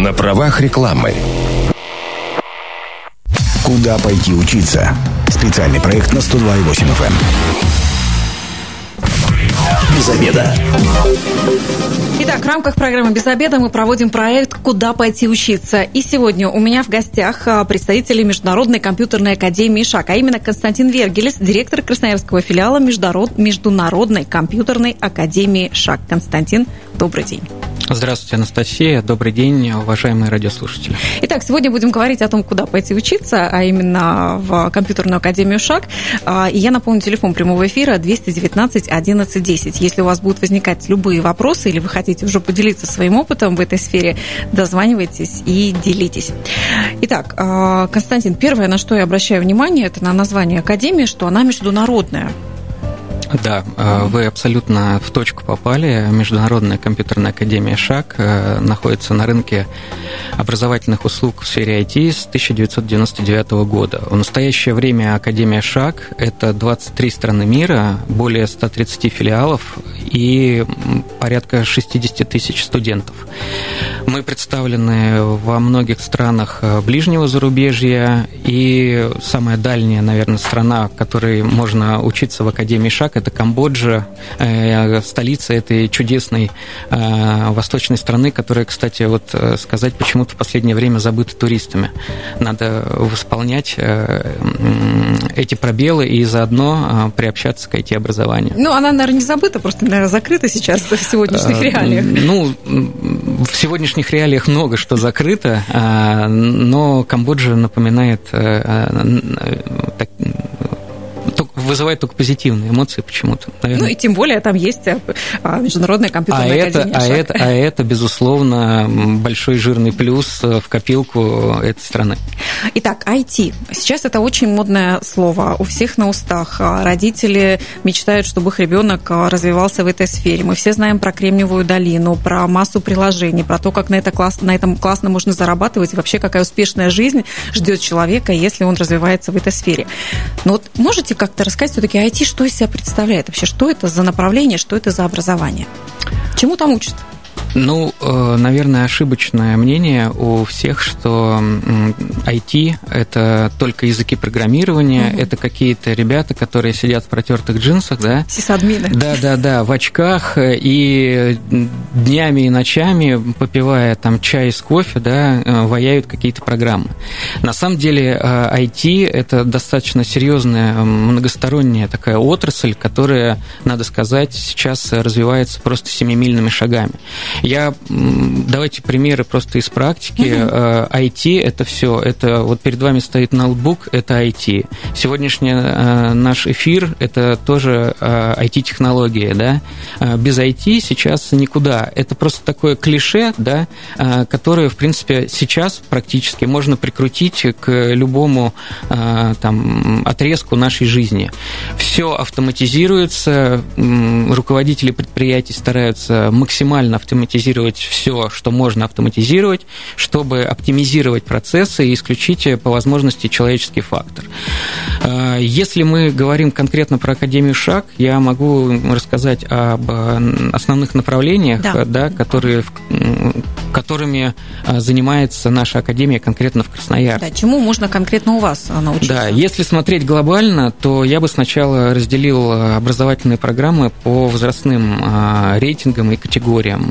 На правах рекламы. Куда пойти учиться? Специальный проект на 102,8 FM. Без обеда. Итак, в рамках программы «Без обеда» мы проводим проект «Куда пойти учиться». И сегодня у меня в гостях представители Международной компьютерной академии ШАК, а именно Константин Вергелес, директор красноярского филиала Международной компьютерной академии ШАК. Константин, добрый день. Здравствуйте, Анастасия. Добрый день, уважаемые радиослушатели. Итак, сегодня будем говорить о том, куда пойти учиться, а именно в компьютерную академию ШАК. И я напомню, телефон прямого эфира 219 11 10. Если у вас будут возникать любые вопросы или вы хотите уже поделиться своим опытом в этой сфере, дозванивайтесь и делитесь. Итак, Константин, первое, на что я обращаю внимание, это на название академии, что она международная. Да, вы абсолютно в точку попали. Международная компьютерная академия ШАК находится на рынке образовательных услуг в сфере IT с 1999 года. В настоящее время Академия ШАК – это 23 страны мира, более 130 филиалов и порядка 60 тысяч студентов. Мы представлены во многих странах ближнего зарубежья, и самая дальняя, наверное, страна, в которой можно учиться в Академии ШАК, это Камбоджа, столица этой чудесной восточной страны, которая, кстати, вот сказать, почему-то в последнее время забыта туристами. Надо восполнять эти пробелы и заодно приобщаться к IT-образованию. Ну, она, наверное, не забыта, просто, наверное, закрыта сейчас в сегодняшних реалиях. Ну, в сегодняшних реалиях много что закрыто, но Камбоджа напоминает, вызывает только позитивные эмоции почему-то, наверное. Ну и тем более там есть Международная компьютерная академия ШАК. Это, безусловно, большой жирный плюс в копилку этой страны. Итак, IT. Сейчас это очень модное слово. У всех на устах. Родители мечтают, чтобы их ребенок развивался в этой сфере. Мы все знаем про Кремниевую долину, про массу приложений, про то, как на этом классно можно зарабатывать, и вообще какая успешная жизнь ждет человека, если он развивается в этой сфере. Но вот можете как-то рассказать все-таки IT, что из себя представляет вообще? Что это за направление, что это за образование? Чему там учат? Ну, наверное, ошибочное мнение у всех, что IT – это только языки программирования, это какие-то ребята, которые сидят в протертых джинсах, да? Сисадмины. Да, в очках и днями и ночами, попивая там чай с кофе, да, ваяют какие-то программы. На самом деле IT – это достаточно серьезная многосторонняя такая отрасль, которая, надо сказать, сейчас развивается просто семимильными шагами. Давайте примеры просто из практики. IT – это все. Это вот перед вами стоит ноутбук, это IT. Сегодняшний наш эфир – это тоже IT-технология, да. Без IT сейчас никуда. Это просто такое клише, да, которое, в принципе, сейчас практически можно прикрутить к любому там отрезку нашей жизни. Все автоматизируется, руководители предприятий стараются максимально автоматизировать все, что можно автоматизировать, чтобы оптимизировать процессы и исключить по возможности человеческий фактор. Если мы говорим конкретно про Академию ШАК, я могу рассказать об основных направлениях, да, которыми занимается наша Академия конкретно в Красноярске. Да, чему можно конкретно у вас научиться? Да, если смотреть глобально, то я бы сначала разделил образовательные программы по возрастным рейтингам и категориям.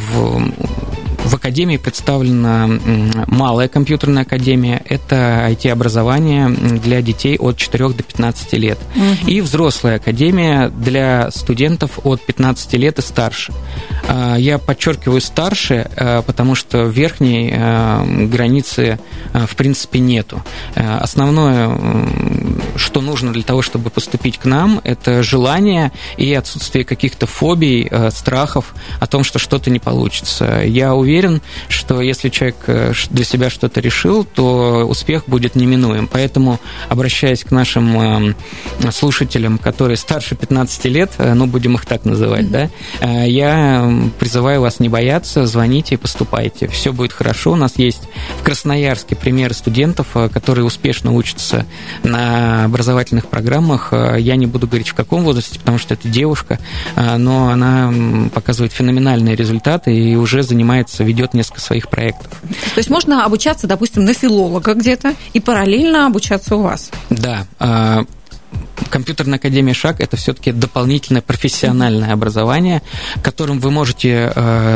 В Академии представлена малая компьютерная академия, это IT-образование для детей от 4 до 15 лет, и взрослая академия для студентов от 15 лет и старше. Я подчеркиваю старше, потому что верхней границы в принципе нету. Основное, что нужно для того, чтобы поступить к нам, это желание и отсутствие каких-то фобий, страхов о том, что что-то не получится. Я уверен, что если человек для себя что-то решил, то успех будет неминуем. Поэтому, обращаясь к нашим слушателям, которые старше 15 лет, ну, будем их так называть, да, я призываю вас не бояться, звоните и поступайте. Все будет хорошо. У нас есть в Красноярске примеры студентов, которые успешно учатся на образовательных программах. Я не буду говорить, в каком возрасте, потому что это девушка, но она показывает феноменальные результаты и уже ведет несколько своих моих проектов. То есть можно обучаться, допустим, на филолога где-то и параллельно обучаться у вас? Да. Компьютерная академия «Шаг» – это все-таки дополнительное профессиональное образование, которому вы можете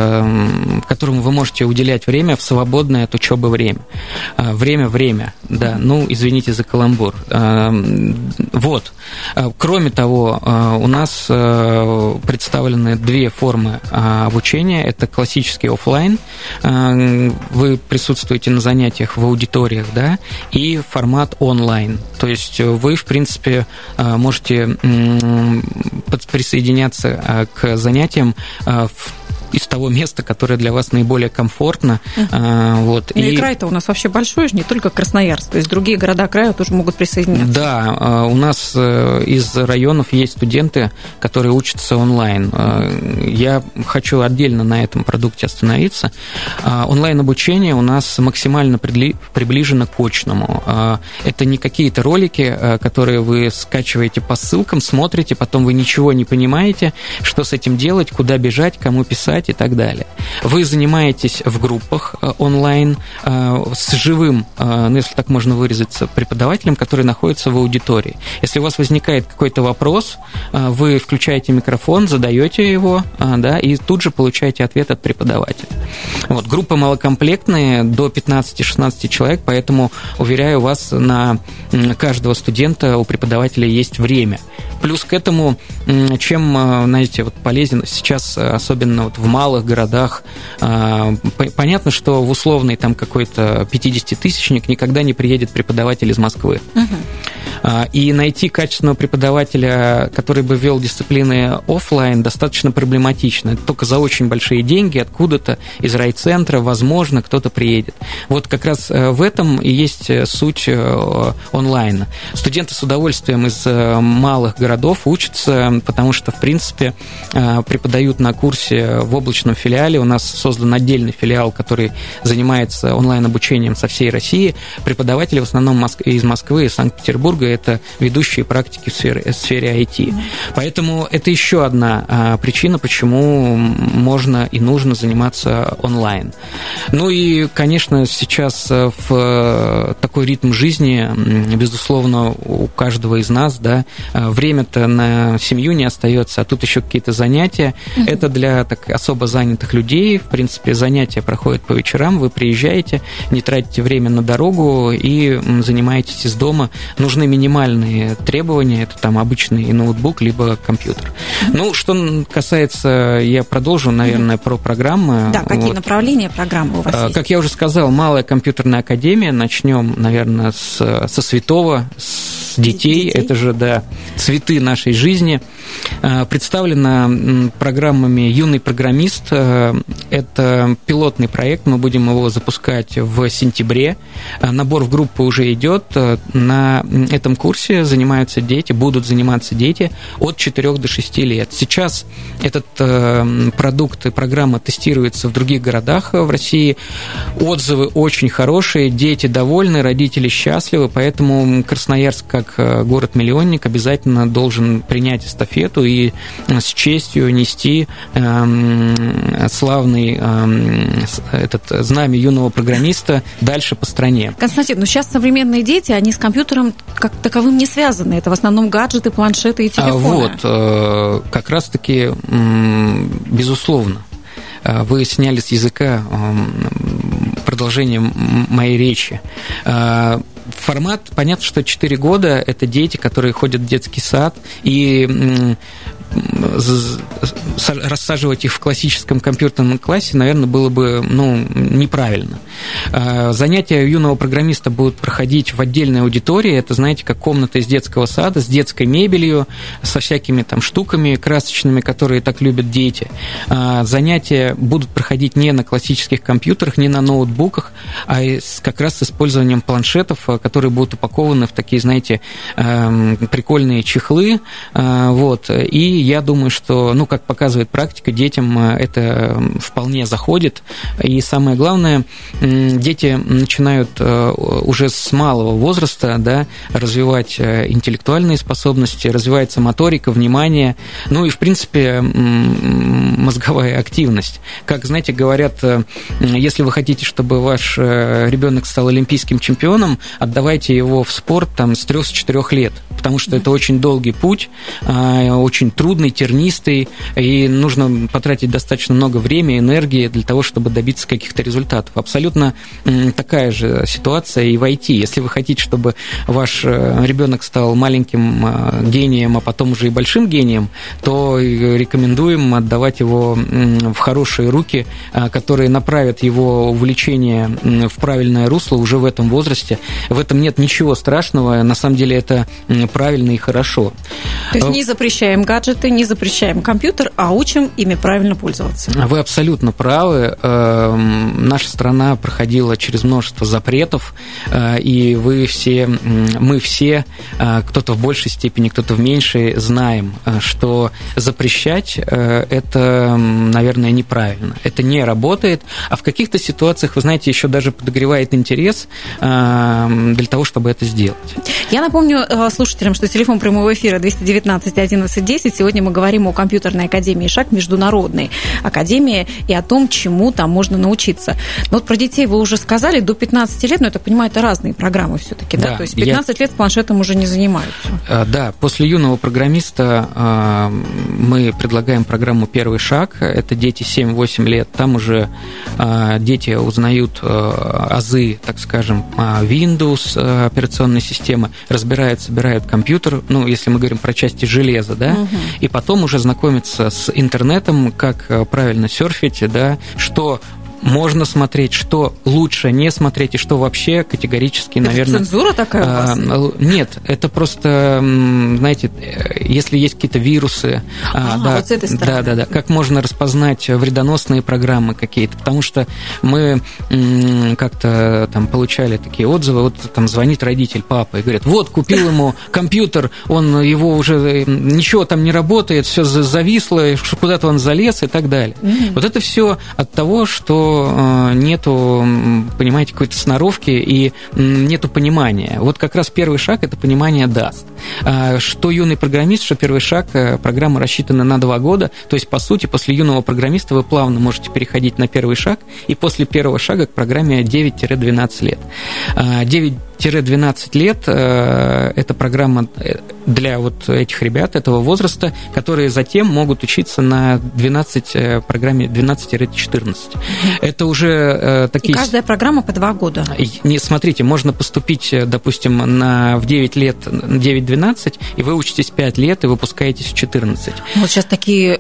уделять время в свободное от учебы время. Время, да, извините за каламбур. Вот. Кроме того, у нас представлены две формы обучения. Это классический офлайн. Вы присутствуете на занятиях в аудиториях, да, и формат онлайн. То есть вы, в принципе, можете присоединяться к занятиям из того места, которое для вас наиболее комфортно. Вот. И край-то у нас вообще большой, не только Красноярск, то есть другие города края тоже могут присоединяться. Да, у нас из районов есть студенты, которые учатся онлайн. Я хочу отдельно на этом продукте остановиться. Онлайн-обучение у нас максимально приближено к очному. Это не какие-то ролики, которые вы скачиваете по ссылкам, смотрите, потом вы ничего не понимаете, что с этим делать, куда бежать, кому писать и так далее. Вы занимаетесь в группах онлайн с живым, если так можно выразиться, преподавателем, который находится в аудитории. Если у вас возникает какой-то вопрос, вы включаете микрофон, задаете его, да, и тут же получаете ответ от преподавателя. Вот, группы малокомплектные, до 15-16 человек, поэтому, уверяю вас, на каждого студента у преподавателя есть время. Плюс к этому, чем, знаете, вот полезен сейчас, особенно вот в малых городах, понятно, что в условный там какой-то 50-тысячник никогда не приедет преподаватель из Москвы. И найти качественного преподавателя, который бы вел дисциплины офлайн, достаточно проблематично. Это только за очень большие деньги откуда-то из райцентра, возможно, кто-то приедет. Вот как раз в этом и есть суть онлайна. Студенты с удовольствием из малых городов учатся, потому что, в принципе, преподают на курсе в облачном филиале. У нас создан отдельный филиал, который занимается онлайн-обучением со всей России. Преподаватели в основном из Москвы и Санкт-Петербурга – это ведущие практики в сфере IT. Поэтому это еще одна причина, почему можно и нужно заниматься онлайн. Ну и, конечно, сейчас в такой ритм жизни, безусловно, у каждого из нас, да, время-то на семью не остается, а тут еще какие-то занятия. Это для особо занятых людей. В принципе, занятия проходят по вечерам, вы приезжаете, не тратите время на дорогу и занимаетесь из дома. Нужны минимальные требования, это там обычный ноутбук, либо компьютер. Ну, что касается, я продолжу, наверное, про программы. Да, какие направления программы у вас есть? Как я уже сказал, малая компьютерная академия. Начнем, наверное, со святого, с детей. Это же, да, цветы нашей жизни. Представлена программами «Юный программист». Это пилотный проект, мы будем его запускать в сентябре. Набор в группу уже идет. На этом курсе будут заниматься дети от 4 до 6 лет. Сейчас этот продукт и программа тестируется в других городах в России. Отзывы очень хорошие, дети довольны, родители счастливы, поэтому Красноярск, как город-миллионник, обязательно должен принять эстафету и с честью нести славный знамя юного программиста дальше по стране. Константин, сейчас современные дети, они с компьютером как таковым не связаны. Это в основном гаджеты, планшеты и телефоны. Вот, как раз-таки, безусловно. Вы сняли с языка продолжение моей речи. Формат, понятно, что 4 года – это дети, которые ходят в детский сад, и рассаживать их в классическом компьютерном классе, наверное, было бы неправильно. Занятия юного программиста будут проходить в отдельной аудитории. Это, знаете, как комната из детского сада с детской мебелью, со всякими там штуками красочными, которые так любят дети. Занятия будут проходить не на классических компьютерах, не на ноутбуках, а как раз с использованием планшетов, которые будут упакованы в такие, знаете, прикольные чехлы. Вот. И я думаю, что, как показывает показывает практика, детям это вполне заходит. И самое главное, дети начинают уже с малого возраста, да, развивать интеллектуальные способности, развивается моторика, внимание, ну и, в принципе, мозговая активность. Как, знаете, говорят, если вы хотите, чтобы ваш ребенок стал олимпийским чемпионом, отдавайте его в спорт там, с 3-4 лет, потому что это очень долгий путь, очень трудный, тернистый, и нужно потратить достаточно много времени, энергии для того, чтобы добиться каких-то результатов. Абсолютно такая же ситуация и в IT. Если вы хотите, чтобы ваш ребенок стал маленьким гением, а потом уже и большим гением, то рекомендуем отдавать его в хорошие руки, которые направят его увлечение в правильное русло уже в этом возрасте. В этом нет ничего страшного, на самом деле это правильно и хорошо. То есть не запрещаем гаджеты, не запрещаем компьютер, а учим ими правильно пользоваться. Вы абсолютно правы. Наша страна проходила через множество запретов, и мы все, кто-то в большей степени, кто-то в меньшей, знаем, что запрещать это, наверное, неправильно. Это не работает, а в каких-то ситуациях, вы знаете, еще даже подогревает интерес для того, чтобы это сделать. Я напомню слушателям, что телефон прямого эфира 219 11 10. Сегодня мы говорим о компьютерной академии «Шаг», международной академии, и о том, чему там можно научиться. Но вот про детей вы уже сказали, до 15 лет, но я так понимаю, это разные программы все-таки, да? То есть 15 лет с планшетом уже не занимаются. Да, после юного программиста мы предлагаем программу «Первый шаг». Это дети 7-8 лет. Там уже дети узнают азы, так скажем, Windows операционной системы, собирают компьютер, ну, если мы говорим про части железа, да, и потом уже знакомятся с интернетом, как правильно серфить, да, что можно смотреть, что лучше не смотреть, и что вообще категорически, это наверное... цензура такая у вас? Нет, это просто, знаете, если есть какие-то вирусы, вот с этой стороны. Да, как можно распознать вредоносные программы какие-то, потому что мы как-то там получали такие отзывы, вот там звонит родитель, папа, и говорит, вот, купил ему компьютер, его уже, ничего там не работает, все зависло, куда-то он залез и так далее. Вот это все от того, что нету, понимаете, какой-то сноровки и нету понимания. Вот как раз первый шаг это понимание даст. Что юный программист, что первый шаг, программа рассчитана на 2 года, то есть, по сути, после юного программиста вы плавно можете переходить на первый шаг, и после первого шага к программе 9-12 лет. 9-12 лет – это программа для вот этих ребят, этого возраста, которые затем могут учиться на программе 12-14. Это уже такие... И каждая программа по 2 года. Смотрите, можно поступить, допустим, в 9 лет, 9-12, и вы учитесь 5 лет, и выпускаетесь в 14. Вот сейчас такие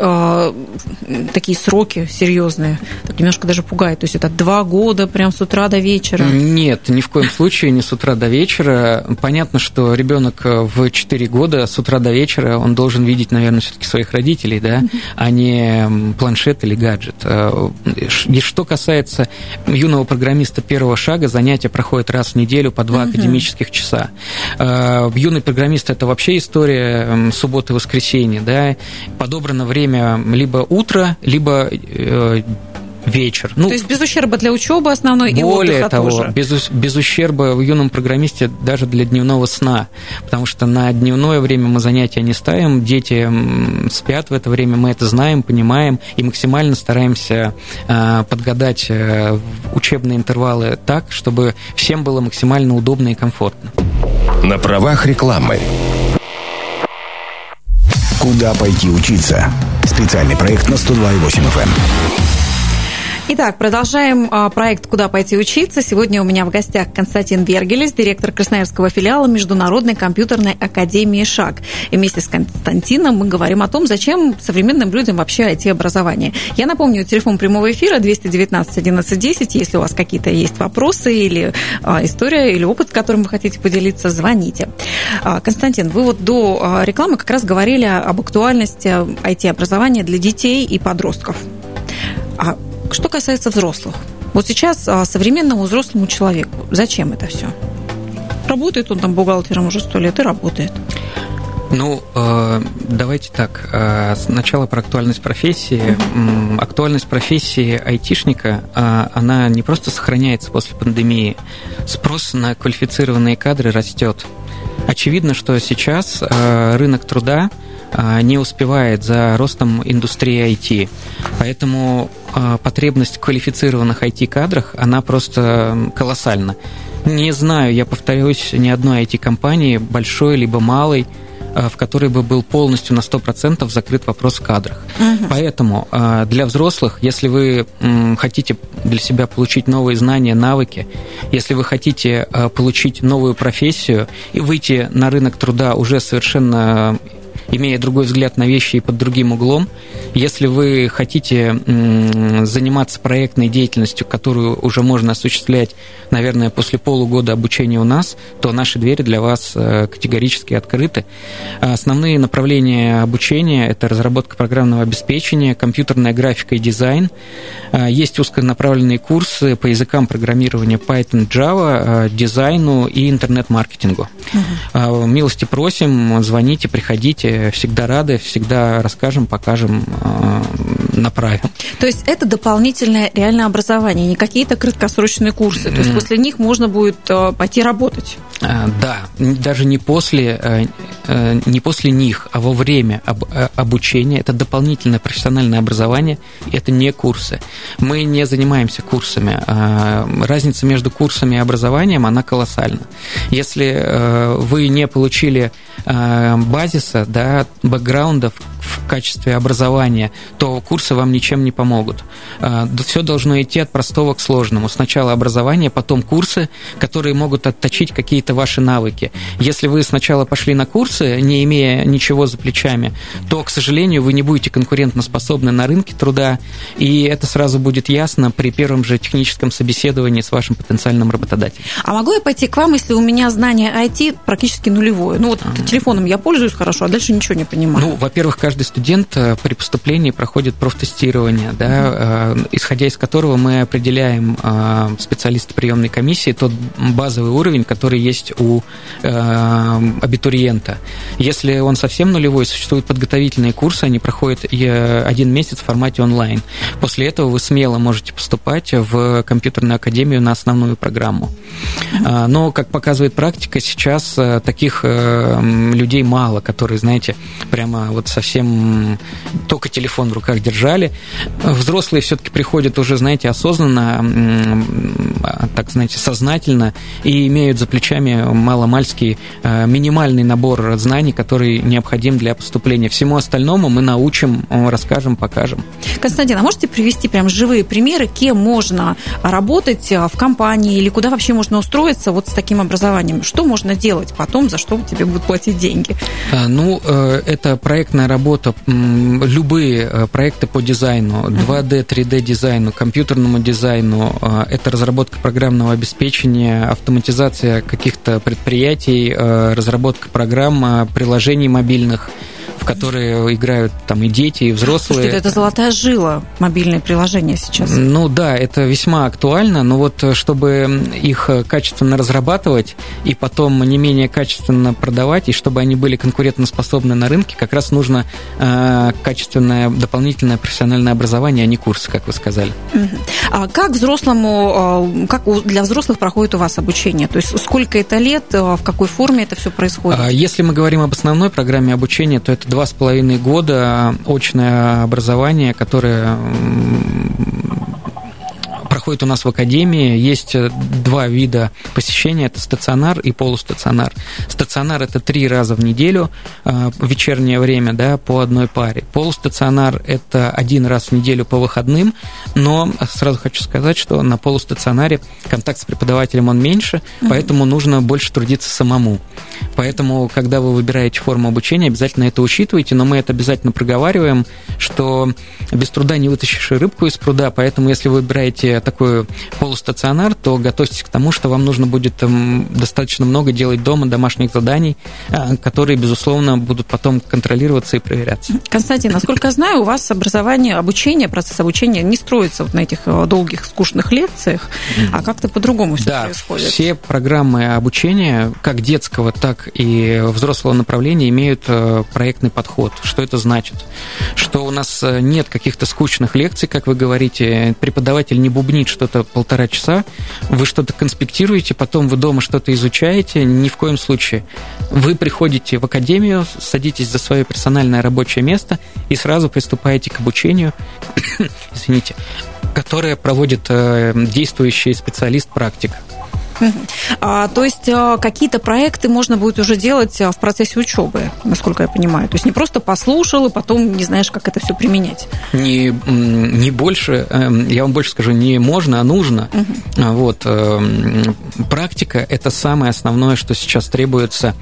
сроки серьезные, так немножко даже пугает. То есть это 2 года, прям с утра до вечера? Нет, ни в коем случае не с утра до вечера. Понятно, что ребенок в 4 года с утра до вечера, он должен видеть, наверное, все-таки своих родителей, да, а не планшет или гаджет. И что касается юного программиста первого шага, занятия проходят раз в неделю по 2 академических часа. Юный программист – это вообще история субботы и воскресенья, да, подобрано время либо утро, либо вечер. То есть без ущерба для учебы основной и отдыха тоже. Более того, без ущерба в юном программисте даже для дневного сна, потому что на дневное время мы занятия не ставим, дети спят в это время, мы это знаем, понимаем и максимально стараемся подгадать учебные интервалы так, чтобы всем было максимально удобно и комфортно. На правах рекламы. Куда пойти учиться? Специальный проект на 102,8 FM. Итак, продолжаем проект «Куда пойти учиться». Сегодня у меня в гостях Константин Вергелес, директор красноярского филиала Международной компьютерной академии «Шаг». И вместе с Константином мы говорим о том, зачем современным людям вообще IT-образование. Я напомню, телефон прямого эфира 219 11 10. Если у вас какие-то есть вопросы или история, или опыт, которым вы хотите поделиться, звоните. Константин, вы вот до рекламы как раз говорили об актуальности IT-образования для детей и подростков. А что касается взрослых, вот сейчас современному взрослому человеку зачем это все? Работает он там бухгалтером уже 100 лет и работает. Ну, давайте так. Сначала про актуальность профессии. Актуальность профессии айтишника, она не просто сохраняется после пандемии. Спрос на квалифицированные кадры растет. Очевидно, что сейчас рынок труда не успевает за ростом индустрии IT. Поэтому потребность в квалифицированных IT-кадрах, она просто колоссальна. Не знаю, я повторюсь, ни одной IT-компании, большой либо малой, в которой бы был полностью на 100% закрыт вопрос в кадрах. Поэтому для взрослых, если вы хотите для себя получить новые знания, навыки, если вы хотите получить новую профессию и выйти на рынок труда уже совершенно имея другой взгляд на вещи и под другим углом, если вы хотите заниматься проектной деятельностью, которую уже можно осуществлять, наверное, после полугода обучения у нас, то наши двери для вас категорически открыты. Основные направления обучения – это разработка программного обеспечения, компьютерная графика и дизайн. Есть узконаправленные курсы по языкам программирования Python, Java, дизайну и интернет-маркетингу. Милости просим, звоните, приходите. Всегда рады, всегда расскажем, покажем, направим. То есть это дополнительное реальное образование, не какие-то краткосрочные курсы. То есть после них можно будет пойти работать. Да, даже не после них, а во время обучения. Это дополнительное профессиональное образование, это не курсы. Мы не занимаемся курсами. Разница между курсами и образованием, она колоссальна. Если вы не получили базиса, да, бэкграундов в качестве образования, то курсы вам ничем не помогут. Все должно идти от простого к сложному. Сначала образование, потом курсы, которые могут отточить какие-то ваши навыки. Если вы сначала пошли на курсы, не имея ничего за плечами, то, к сожалению, вы не будете конкурентоспособны на рынке труда, и это сразу будет ясно при первом же техническом собеседовании с вашим потенциальным работодателем. А могу я пойти к вам, если у меня знание IT практически нулевое? Ну вот телефоном я пользуюсь хорошо, а дальше ничего не понимаю. Ну, во-первых, каждый студент при поступлении проходит профтестирование, да, исходя из которого мы определяем специалиста приемной комиссии тот базовый уровень, который есть у абитуриента. Если он совсем нулевой, существуют подготовительные курсы, они проходят 1 месяц в формате онлайн. После этого вы смело можете поступать в компьютерную академию на основную программу. Но, как показывает практика, сейчас таких людей мало, которые, знаете, прямо вот совсем только телефон в руках держали. Взрослые все-таки приходят уже, знаете, осознанно, так, знаете, сознательно и имеют за плечами маломальский минимальный набор знаний, который необходим для поступления. Всему остальному мы научим, расскажем, покажем. Константин, а можете привести прям живые примеры, кем можно работать в компании или куда вообще можно устроиться вот с таким образованием? Что можно делать потом, за что тебе будут платить деньги? Ну, это проектная работа, любые проекты по дизайну, 2D, 3D дизайну, компьютерному дизайну, это разработка программного обеспечения, автоматизация каких-то предприятий, разработка программ, приложений мобильных, в которые играют там и дети, и взрослые. Слушайте, это золотая жила, мобильные приложения сейчас. Ну да, это весьма актуально, но вот чтобы их качественно разрабатывать и потом не менее качественно продавать, и чтобы они были конкурентоспособны на рынке, как раз нужно качественное дополнительное профессиональное образование, а не курсы, как вы сказали. А как взрослому, как для взрослых проходит у вас обучение? То есть сколько это лет, в какой форме это все происходит? Если мы говорим об основной программе обучения, то это 2,5 года очное образование, которое проходит у нас в академии. Есть 2 вида посещения, это стационар и полустационар. Стационар – это 3 раза в неделю, в вечернее время, да, по одной паре. Полустационар – это 1 раз в неделю по выходным, но сразу хочу сказать, что на полустационаре контакт с преподавателем он меньше, поэтому нужно больше трудиться самому. Поэтому, когда вы выбираете форму обучения, обязательно это учитывайте, но мы это обязательно проговариваем, что без труда не вытащишь и рыбку из пруда, поэтому если вы выбираете такую такой полустационар, то готовьтесь к тому, что вам нужно будет достаточно много делать дома домашних заданий, которые, безусловно, будут потом контролироваться и проверяться. Константин, насколько я знаю, у вас обучение, процесс обучения не строится вот на этих долгих, скучных лекциях, а как-то по-другому все происходит. Да, все программы обучения, как детского, так и взрослого направления, имеют проектный подход. Что это значит? Что у нас нет каких-то скучных лекций, как вы говорите, преподаватель не бубнит что-то 1,5 часа, вы что-то конспектируете, потом вы дома что-то изучаете, ни в коем случае. Вы приходите в академию, садитесь за свое персональное рабочее место и сразу приступаете к обучению, извините, которое проводит действующий специалист-практик. То есть какие-то проекты можно будет уже делать в процессе учебы, насколько я понимаю. То есть не просто послушал, и потом не знаешь, как это все применять. Не больше, я вам больше скажу, не можно, а нужно. Вот. Практика – это самое основное, что сейчас требуется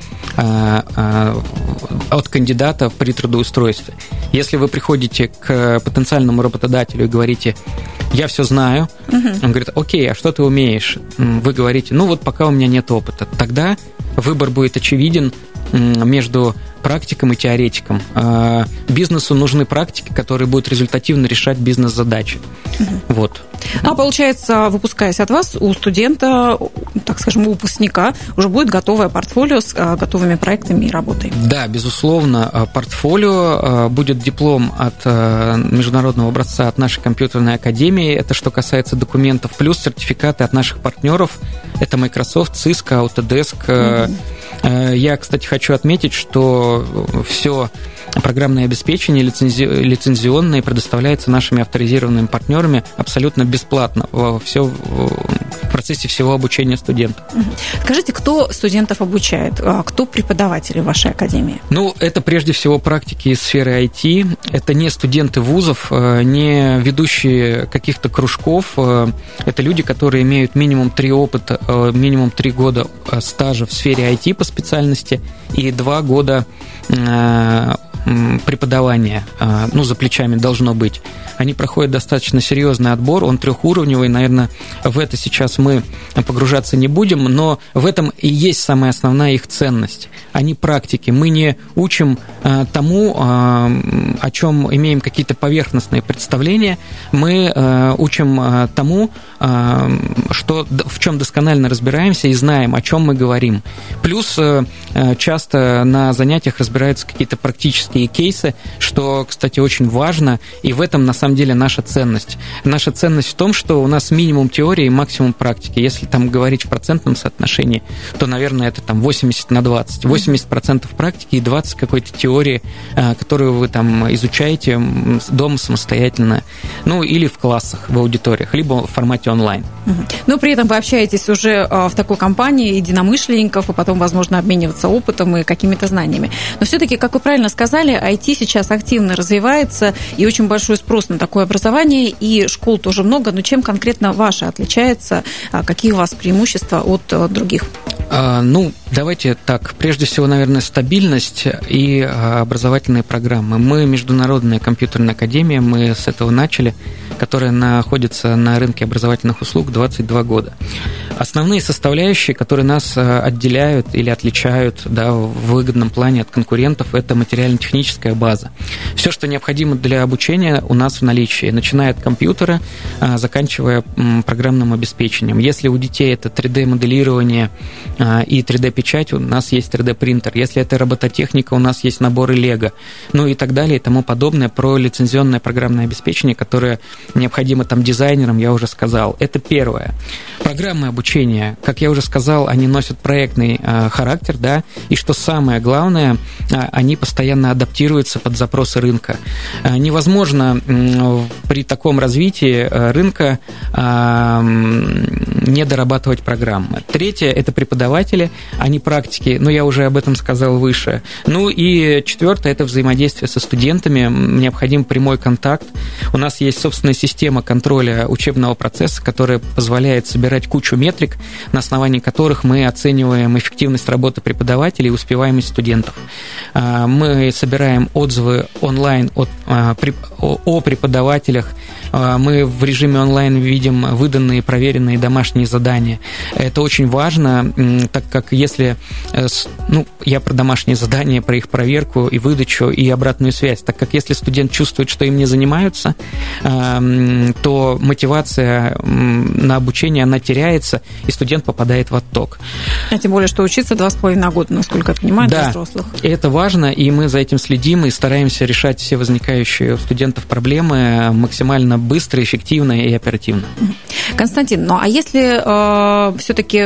от кандидата при трудоустройстве. Если вы приходите к потенциальному работодателю и говорите: я все знаю, он говорит: окей, а что ты умеешь? Вы говорите: ну вот пока у меня нет опыта. Тогда выбор будет очевиден между практиком и теоретиком. Бизнесу нужны практики, которые будут результативно решать бизнес-задачи. Вот. А получается, выпускаясь от вас, у студента, так скажем, у выпускника уже будет готовое портфолио с готовыми проектами и работой. Да, безусловно, портфолио, будет диплом от международного образца от нашей компьютерной академии. Это что касается документов, плюс сертификаты от наших партнеров. Это Microsoft, Cisco, Autodesk. Я, кстати, хочу отметить, что все программное обеспечение лицензионное предоставляется нашими авторизированными партнерами абсолютно бесплатно в процессе всего обучения студентов. Скажите, кто студентов обучает? Кто преподаватели в вашей академии? Ну, это прежде всего практики из сферы IT. Это не студенты вузов, не ведущие каких-то кружков. Это люди, которые имеют минимум 3 опыта, минимум 3 года стажа в сфере IT по специальности и 2 года преподавания, за плечами должно быть. Они проходят достаточно серьезный отбор, он 3-уровневый, наверное, в это сейчас мы погружаться не будем, но в этом и есть самая основная их ценность. Они практики. Мы не учим тому, о чем имеем какие-то поверхностные представления, мы учим тому, в чем досконально разбираемся и знаем, о чем мы говорим. Плюс часто на занятиях разбираются какие-то практические кейсы, что, кстати, очень важно, и в этом, на самом деле, наша ценность. Наша ценность в том, что у нас минимум теории и максимум практики. Если там говорить в процентном соотношении, то, наверное, это там 80/20. 80% практики и 20% какой-то теории, которую вы там изучаете дома самостоятельно, или в классах, в аудиториях, либо в формате онлайн. Но при этом вы общаетесь уже в такой компании единомышленников, и потом, возможно, обмениваться опытом и какими-то знаниями. Но все-таки, как вы правильно сказали, IT сейчас активно развивается, и очень большой спрос на такое образование, и школ тоже много. Но чем конкретно ваше отличается? Какие у вас преимущества от других? Давайте так. Прежде всего, наверное, стабильность и образовательные программы. Мы международная компьютерная академия, мы с этого начали, которая находится на рынке образовательных услуг 22 года. Основные составляющие, которые нас отделяют или отличают в выгодном плане от конкурентов, это материально-техническая база. Все, что необходимо для обучения, у нас в наличии, начиная от компьютера, заканчивая программным обеспечением. Если у детей это 3D-моделирование и 3D-печать, у нас есть 3D-принтер. Если это робототехника, у нас есть наборы Лего, и так далее и тому подобное. Про лицензионное программное обеспечение, которое необходимо дизайнерам, я уже сказал. Это первое. Программы обучения, как я уже сказал, они носят проектный характер, и что самое главное, они постоянно адаптируются под запросы рынка. Невозможно при таком развитии рынка не дорабатывать программы. Третье – это преподаватели, они практики, но я уже об этом сказал выше. Ну и четвертое – это взаимодействие со студентами, необходим прямой контакт. У нас есть собственная система контроля учебного процесса, которая позволяет собирать кучу метрик, на основании которых мы оцениваем эффективность работы преподавателей и успеваемость студентов. Мы собираем отзывы онлайн о преподавателях, мы в режиме онлайн видим выданные, проверенные домашние задания. Это очень важно, так как если... я про домашние задания, про их проверку и выдачу, и обратную связь, так как если студент чувствует, что им не занимаются, то мотивация на обучение, она теряется, и студент попадает в отток. А тем более, что учиться 2,5 года, насколько я понимаю, для взрослых. Да, это важно, и мы за этим следим, и стараемся решать все возникающие у студентов проблемы максимально быстро, эффективно и оперативно. Константин, а если все-таки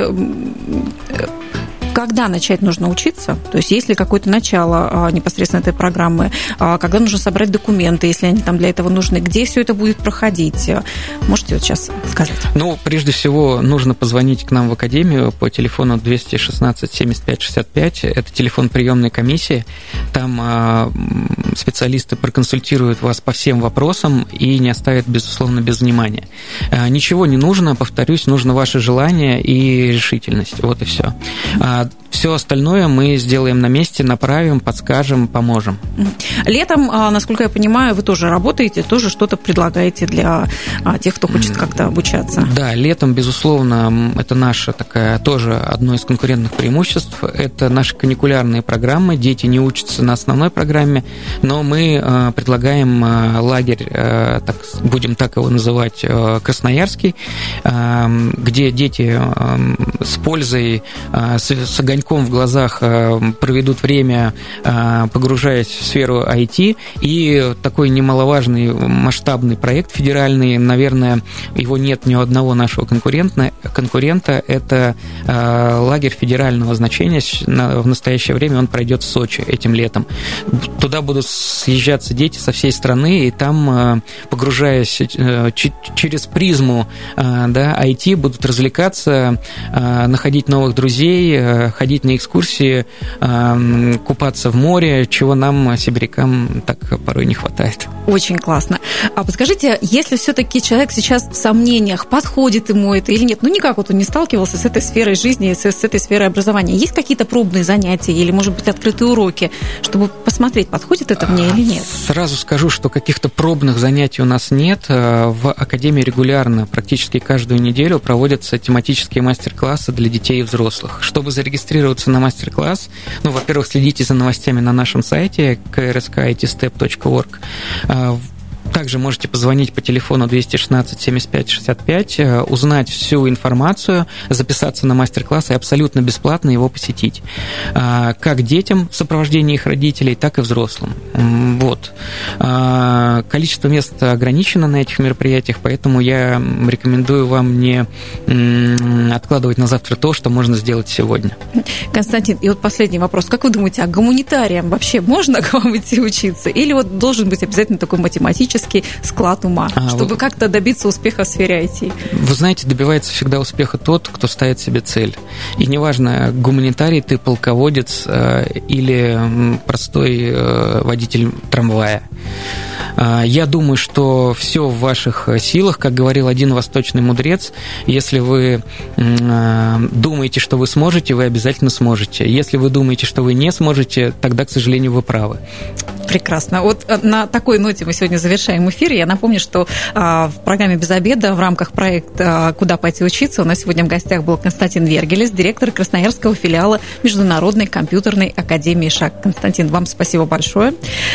когда начать нужно учиться? То есть есть ли какое-то начало непосредственно этой программы? Когда нужно собрать документы, если они там для этого нужны? Где все это будет проходить? Можете вот сейчас сказать? Прежде всего, нужно позвонить к нам в академию по телефону 216 75 65. Это телефон приемной комиссии. Там специалисты проконсультируют вас по всем вопросам и не оставят, безусловно, без внимания. Ничего не нужно, повторюсь, нужно ваше желание и решительность. Вот и все. Все остальное мы сделаем на месте, направим, подскажем, поможем. Летом, насколько я понимаю, вы тоже работаете, тоже что-то предлагаете для тех, кто хочет как-то обучаться. Да, летом, безусловно, это наше тоже одно из конкурентных преимуществ. Это наши каникулярные программы. Дети не учатся на основной программе, но мы предлагаем лагерь, будем так его называть, красноярский, где дети с пользой, с огоньком в глазах проведут время, погружаясь в сферу IT. И такой немаловажный масштабный проект федеральный, наверное, его нет ни у одного нашего конкурента, это лагерь федерального значения. В настоящее время он пройдет в Сочи этим летом. Туда будут съезжаться дети со всей страны, и там, погружаясь через призму IT, будут развлекаться, находить новых друзей, ходить на экскурсии, купаться в море, чего нам, сибирякам, так порой не хватает. Очень классно. А подскажите, если все-таки человек сейчас в сомнениях, подходит ему это или нет, никак вот он не сталкивался с этой сферой жизни, с этой сферой образования, есть какие-то пробные занятия или, может быть, открытые уроки, чтобы посмотреть, подходит это мне или нет? Сразу скажу, что каких-то пробных занятий у нас нет. В Академии регулярно, практически каждую неделю проводятся тематические мастер-классы для детей и взрослых. Чтобы зарегистрироваться на мастер-класс, во-первых, следите за новостями на нашем сайте krsk.itstep.org. Также можете позвонить по телефону 216 75 65, узнать всю информацию, записаться на мастер-класс и абсолютно бесплатно его посетить. Как детям в сопровождении их родителей, так и взрослым. Вот. Количество мест ограничено на этих мероприятиях, поэтому я рекомендую вам не откладывать на завтра то, что можно сделать сегодня. Константин, и вот последний вопрос. Как вы думаете, а гуманитариям вообще можно к вам идти учиться? Или вот должен быть обязательно такой математический склад ума, чтобы как-то добиться успеха в сфере IT? Вы знаете, добивается всегда успеха тот, кто ставит себе цель. И неважно, гуманитарий ты, полководец или простой водитель трамвая. Я думаю, что все в ваших силах, как говорил один восточный мудрец. Если вы думаете, что вы сможете, вы обязательно сможете. Если вы думаете, что вы не сможете, тогда, к сожалению, вы правы. Прекрасно. Вот на такой ноте мы сегодня завершаем эфир. Я напомню, что в программе «Без обеда» в рамках проекта «Куда пойти учиться» у нас сегодня в гостях был Константин Вергелес, директор Красноярского филиала Международной компьютерной академии «ШАГ». Константин, вам спасибо большое.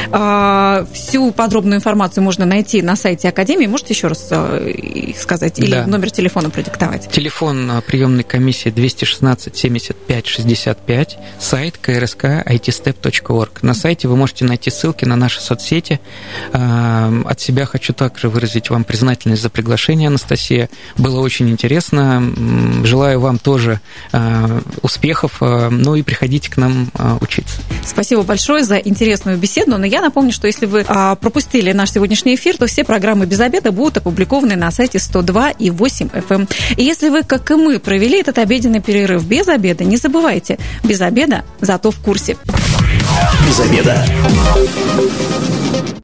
Всю подробную информацию можно найти на сайте Академии. Можете еще раз сказать? Или номер телефона продиктовать? Телефон приемной комиссии 216 75 65, сайт krsk.itstep.org. На сайте вы можете найти ссылки на наши соцсети. От себя хочу также выразить вам признательность за приглашение, Анастасия. Было очень интересно. Желаю вам тоже успехов. И приходите к нам учиться. Спасибо большое за интересную беседу. Но я напомню, что если вы пропустили пропустили наш сегодняшний эфир, то все программы «Без обеда» будут опубликованы на сайте 102.8 FM. И если вы, как и мы, провели этот обеденный перерыв без обеда, не забывайте, без обеда, зато в курсе. Без обеда.